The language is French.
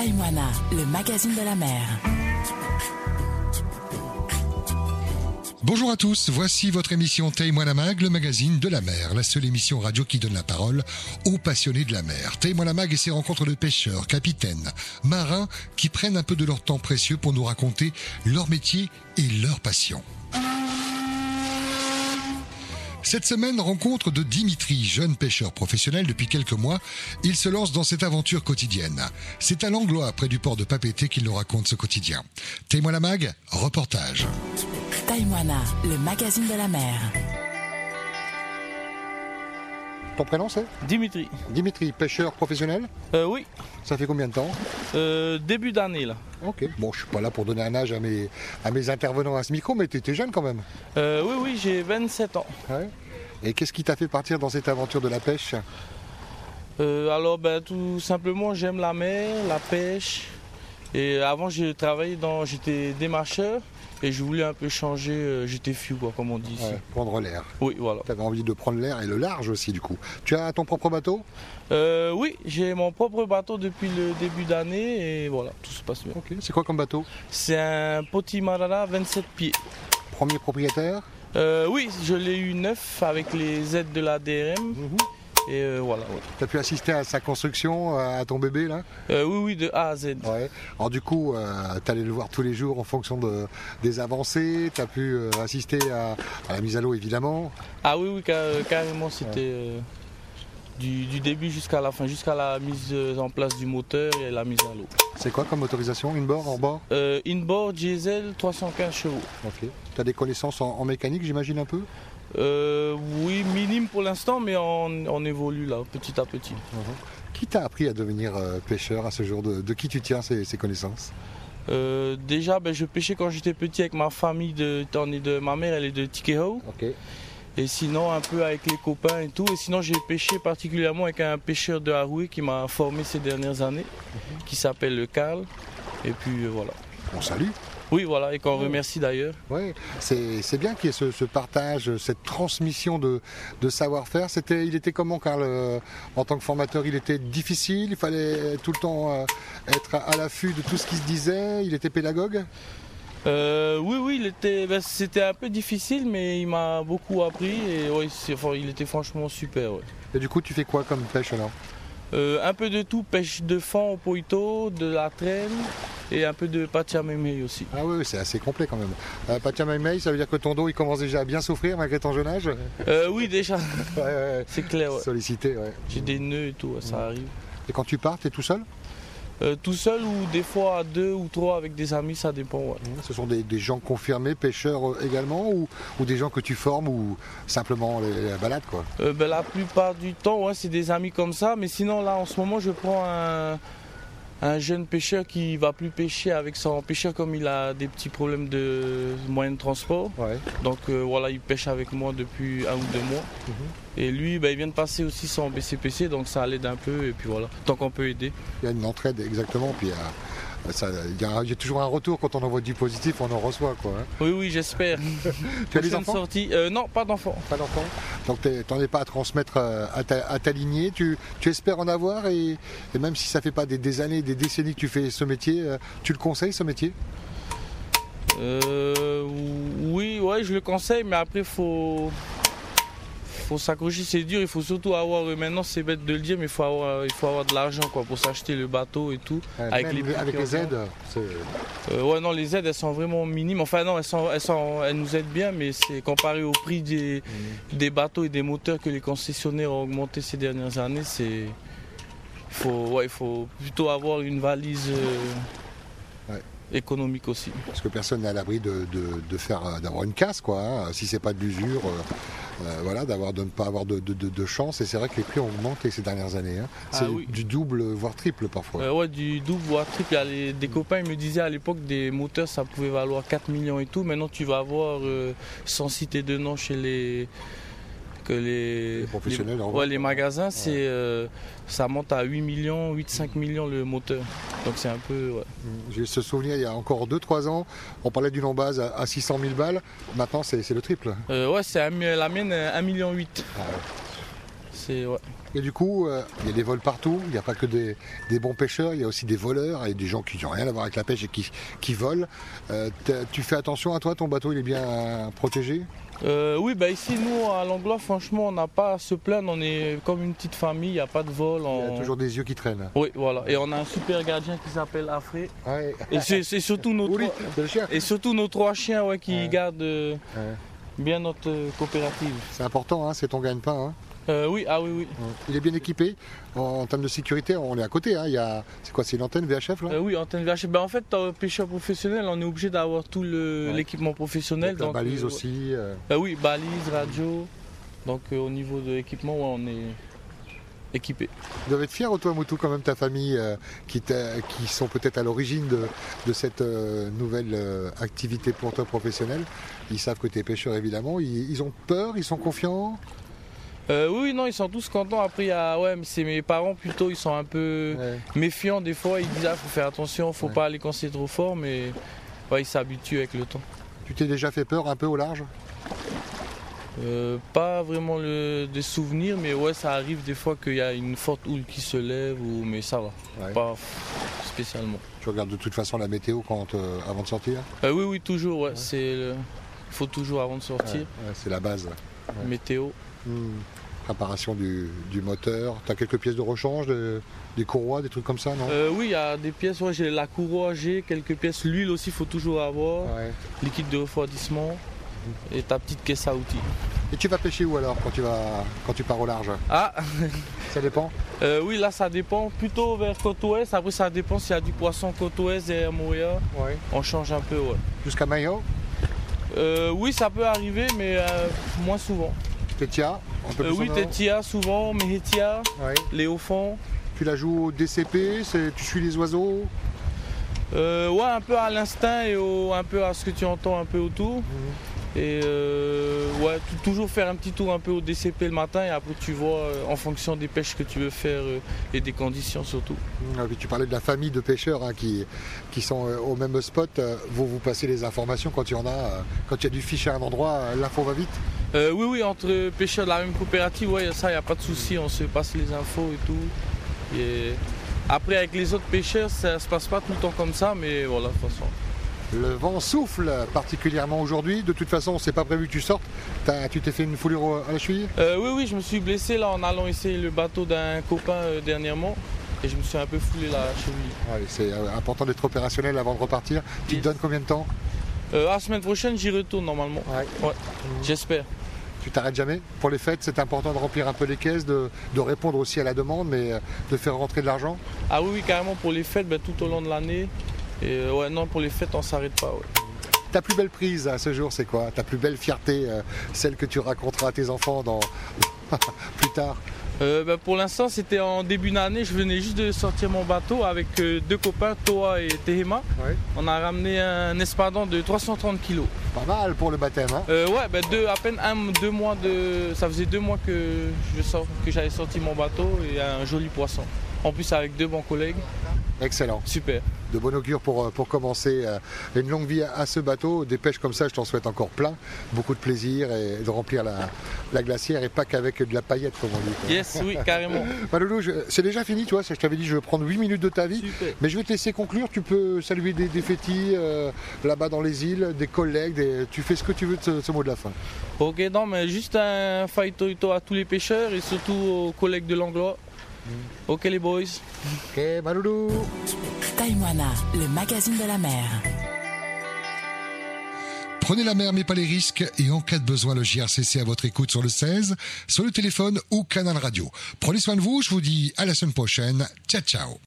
Taïwana, le magazine de la mer. Bonjour à tous, voici votre émission Taïwana Mag, le magazine de la mer, la seule émission radio qui donne la parole aux passionnés de la mer. Taïwana Mag et ses rencontres de pêcheurs, capitaines, marins qui prennent un peu de leur temps précieux pour nous raconter leur métier et leur passion. Cette semaine, rencontre de Dimitri, jeune pêcheur professionnel depuis quelques mois. Il se lance dans cette aventure quotidienne. C'est à Langlois, près du port de Papeete, qu'il nous raconte ce quotidien. Taïwana Mag, reportage. Taïwana, le magazine de la mer. Ton prénom c'est ? Dimitri. Dimitri, pêcheur professionnel ? Oui. Ça fait combien de temps ? Début d'année là. Ok. Bon, je suis pas là pour donner un âge à mes intervenants à ce micro, mais tu étais jeune quand même. Oui, j'ai 27 ans. Ouais. Et qu'est-ce qui t'a fait partir dans cette aventure de la pêche ? Alors, tout simplement, j'aime la mer, la pêche. Et avant, j'étais démarcheur. Et je voulais un peu changer, j'étais fou, quoi, comme on dit ici. Ouais, prendre l'air. Oui, voilà. Tu avais envie de prendre l'air et le large aussi, du coup. Tu as ton propre bateau ? Oui, j'ai mon propre bateau depuis le début d'année et voilà, tout se passe bien. Ok. C'est quoi comme bateau ? C'est un Potimarara 27 pieds. Premier propriétaire ? Oui, je l'ai eu neuf avec les aides de la DRM. Et voilà. Ouais. Tu as pu assister à sa construction, à ton bébé là ? Oui, de A à Z. Ouais. Alors du coup, tu allais le voir tous les jours en fonction des avancées, tu as pu assister à la mise à l'eau évidemment ? Ah oui, carrément, c'était du début jusqu'à la fin, jusqu'à la mise en place du moteur et la mise à l'eau. C'est quoi comme motorisation ? Inboard, hors-bord ? Inboard, diesel, 315 chevaux. Ok. Tu as des connaissances en mécanique, j'imagine un peu ? Oui, minime pour l'instant, mais on évolue là, petit à petit. Qui t'a appris à devenir pêcheur à ce jour ? De qui tu tiens ces connaissances ? Déjà, je pêchais quand j'étais petit avec ma famille, ma mère elle est de Tikehau. Ok. Et sinon un peu avec les copains et tout. Et sinon j'ai pêché particulièrement avec un pêcheur de Haroué qui m'a formé ces dernières années, qui s'appelle Karl. Et puis voilà. On salue. Oui, voilà, et qu'on remercie d'ailleurs. Oui, c'est bien qu'il y ait ce partage, cette transmission de savoir-faire. Il était comment, Karl, en tant que formateur ? Il était difficile, il fallait tout le temps être à l'affût de tout ce qui se disait, il était pédagogue ? Oui, c'était un peu difficile, mais il m'a beaucoup appris et ouais, il était franchement super. Ouais. Et du coup, tu fais quoi comme pêche alors ? Un peu de tout, pêche de fond au poito, de la traîne et un peu de pachamemei aussi. Ah oui, c'est assez complet quand même. Pachamemei, ça veut dire que ton dos il commence déjà à bien souffrir malgré ton jeune âge ? Oui, déjà. Ouais. C'est clair. Ouais. Sollicité, ouais. J'ai des nœuds et tout, ça arrive. Et quand tu pars, tu es tout seul ? Tout seul ou des fois à 2 ou 3 avec des amis, ça dépend. Ouais. Ce sont des gens confirmés, pêcheurs également, ou des gens que tu formes ou simplement les balades quoi ? La plupart du temps, ouais, c'est des amis comme ça, mais sinon là en ce moment je prends un jeune pêcheur qui va plus pêcher avec son pêcheur comme il a des petits problèmes de moyens de transport. Ouais. Donc voilà, il pêche avec moi depuis 1 ou 2 mois. Et lui, il vient de passer aussi son BCPC, donc ça l'aide un peu et puis voilà, tant qu'on peut aider. Il y a une entraide exactement, puis il y a toujours un retour quand on envoie du positif, on en reçoit quoi. Hein. Oui, j'espère. Tu as des enfants ? Non, pas d'enfants. Pas d'enfants. Donc tu n'en es pas à transmettre à ta lignée, tu espères en avoir et même si ça fait pas des années, des décennies que tu fais ce métier, tu le conseilles ce métier ? Oui, je le conseille, mais après faut s'accrocher, c'est dur, il faut surtout avoir, maintenant c'est bête de le dire, mais il faut avoir de l'argent quoi, pour s'acheter le bateau et tout. Avec les aides non, les aides elles sont vraiment minimes, enfin non, elles nous aident bien, mais c'est comparé au prix des bateaux et des moteurs que les concessionnaires ont augmenté ces dernières années, il faut plutôt avoir une valise économique aussi. Parce que personne n'est à l'abri d'avoir une casse quoi, hein, si c'est pas de l'usure. De ne pas avoir de chance, et c'est vrai que les prix ont augmenté ces dernières années. Hein. C'est du double, voire triple parfois. Du double, voire triple. Il y a des copains ils me disaient à l'époque des moteurs ça pouvait valoir 4 millions et tout. Maintenant tu vas avoir, sans citer de nom chez les professionnels, les magasins, ça monte à 8 millions, 8-5 millions le moteur. Donc c'est un peu... Ouais. J'ai ce souvenir, il y a encore 2-3 ans, on parlait d'une embase à 600 000 balles. Maintenant, c'est le triple. La mienne, 1,8 million. Ouais. Et du coup, il y a des vols partout, il n'y a pas que des bons pêcheurs, il y a aussi des voleurs et des gens qui n'ont rien à voir avec la pêche et qui volent. Tu fais attention à toi, ton bateau il est bien protégé? Oui, ici, nous, à Langlois, franchement, on n'a pas à se plaindre. On est comme une petite famille, il n'y a pas de vol. Il y a toujours des yeux qui traînent. Oui, voilà. Et on a un super gardien qui s'appelle Afré. Ouais. Et c'est surtout nos 3 chiens qui gardent bien notre coopérative. C'est important, hein, c'est ton gagne-pain. Hein. Oui. Il est bien équipé. En termes de sécurité, on est à côté. Hein. C'est quoi, c'est une antenne VHF là? Oui, antenne VHF. En fait, pêcheur professionnel, on est obligé d'avoir tout l'équipement professionnel. Donc, la balise aussi. Oui, balise, radio. Donc au niveau de l'équipement, on est équipé. Tu dois être fier, toi, Moutou, quand même, ta famille qui sont peut-être à l'origine de cette nouvelle activité pour toi professionnelle. Ils savent que tu es pêcheur, évidemment. Ils ont peur, ils sont confiants? Oui, non, ils sont tous contents. Après, c'est mes parents plutôt, ils sont un peu méfiants des fois. Ils disent faut faire attention, faut pas aller quand c'est trop fort, mais ils s'habituent avec le temps. Tu t'es déjà fait peur un peu au large? Pas vraiment des souvenirs, mais ça arrive des fois qu'il y a une forte houle qui se lève, mais ça va, pas spécialement. Tu regardes de toute façon la météo avant de sortir? Oui, toujours, il faut toujours avant de sortir. C'est la base. Météo. Préparation du moteur. Tu as quelques pièces de rechange, des courroies, des trucs comme ça, non? Oui, il y a des pièces, j'ai la courroie, j'ai quelques pièces. L'huile aussi, il faut toujours avoir. Liquide de refroidissement et ta petite caisse à outils. Et tu vas pêcher où alors quand tu pars au large? Ça dépend? Oui, là ça dépend. Plutôt vers côte ouest. Après ça dépend s'il y a du poisson côte ouest derrière Moria. On change un peu, Jusqu'à Mayo? Oui, ça peut arriver, mais moins souvent. Tétia, oui, Tétia souvent, Mehetia, les hauts-fonds. Tu la joues au DCP, tu suis les oiseaux? Un peu à l'instinct et un peu à ce que tu entends un peu autour. Et toujours faire un petit tour un peu au DCP le matin et après tu vois en fonction des pêches que tu veux faire et des conditions surtout. Tu parlais de la famille de pêcheurs qui sont au même spot. Vous passez les informations quand il y en a, quand il y a du fiche à un endroit, l'info va vite? Oui, entre pêcheurs de la même coopérative, ça, il n'y a pas de souci, on se passe les infos et tout. Et après, avec les autres pêcheurs, ça ne se passe pas tout le temps comme ça, mais voilà, de toute façon. Le vent souffle particulièrement aujourd'hui. De toute façon, c'est pas prévu que tu sortes. Tu t'es fait une foulure à la cheville? Oui, je me suis blessé là en allant essayer le bateau d'un copain dernièrement. Et je me suis un peu foulé la cheville. C'est important d'être opérationnel avant de repartir. Tu te donnes combien de temps? La semaine prochaine, j'y retourne normalement. J'espère. Tu t'arrêtes jamais? Pour les fêtes, c'est important de remplir un peu les caisses, de répondre aussi à la demande, mais de faire rentrer de l'argent? Ah oui, carrément pour les fêtes, tout au long de l'année. Et pour les fêtes, on s'arrête pas. Ta plus belle prise à ce jour, c'est quoi? Ta plus belle fierté, celle que tu raconteras à tes enfants plus tard? Pour l'instant, c'était en début d'année. Je venais juste de sortir mon bateau avec 2 copains, Toa et Tehema. On a ramené un espadon de 330 kg. Pas mal pour le baptême, hein? À peine 2 mois ça faisait 2 mois que j'avais sorti mon bateau et un joli poisson. En plus avec 2 bons collègues. Excellent. Super. De bon augure pour commencer une longue vie à ce bateau. Des pêches comme ça, je t'en souhaite encore plein. Beaucoup de plaisir et de remplir la glacière et pas qu'avec de la paillette, comme on dit, quoi. Yes, oui, carrément. Maloulou, c'est déjà fini, tu vois. Je t'avais dit, je vais prendre 8 minutes de ta vie. Super. Mais je vais te laisser conclure. Tu peux saluer des fétis là-bas dans les îles, des collègues. Tu fais ce que tu veux de ce mot de la fin. Ok, non, mais juste un faito à tous les pêcheurs et surtout aux collègues de Langlois. Ok les boys. Ok, Maloulou. Taïwana, le magazine de la mer. Prenez la mer mais pas les risques et en cas de besoin le JRCC à votre écoute sur le 16, sur le téléphone ou canal radio. Prenez soin de vous, je vous dis à la semaine prochaine. Ciao ciao.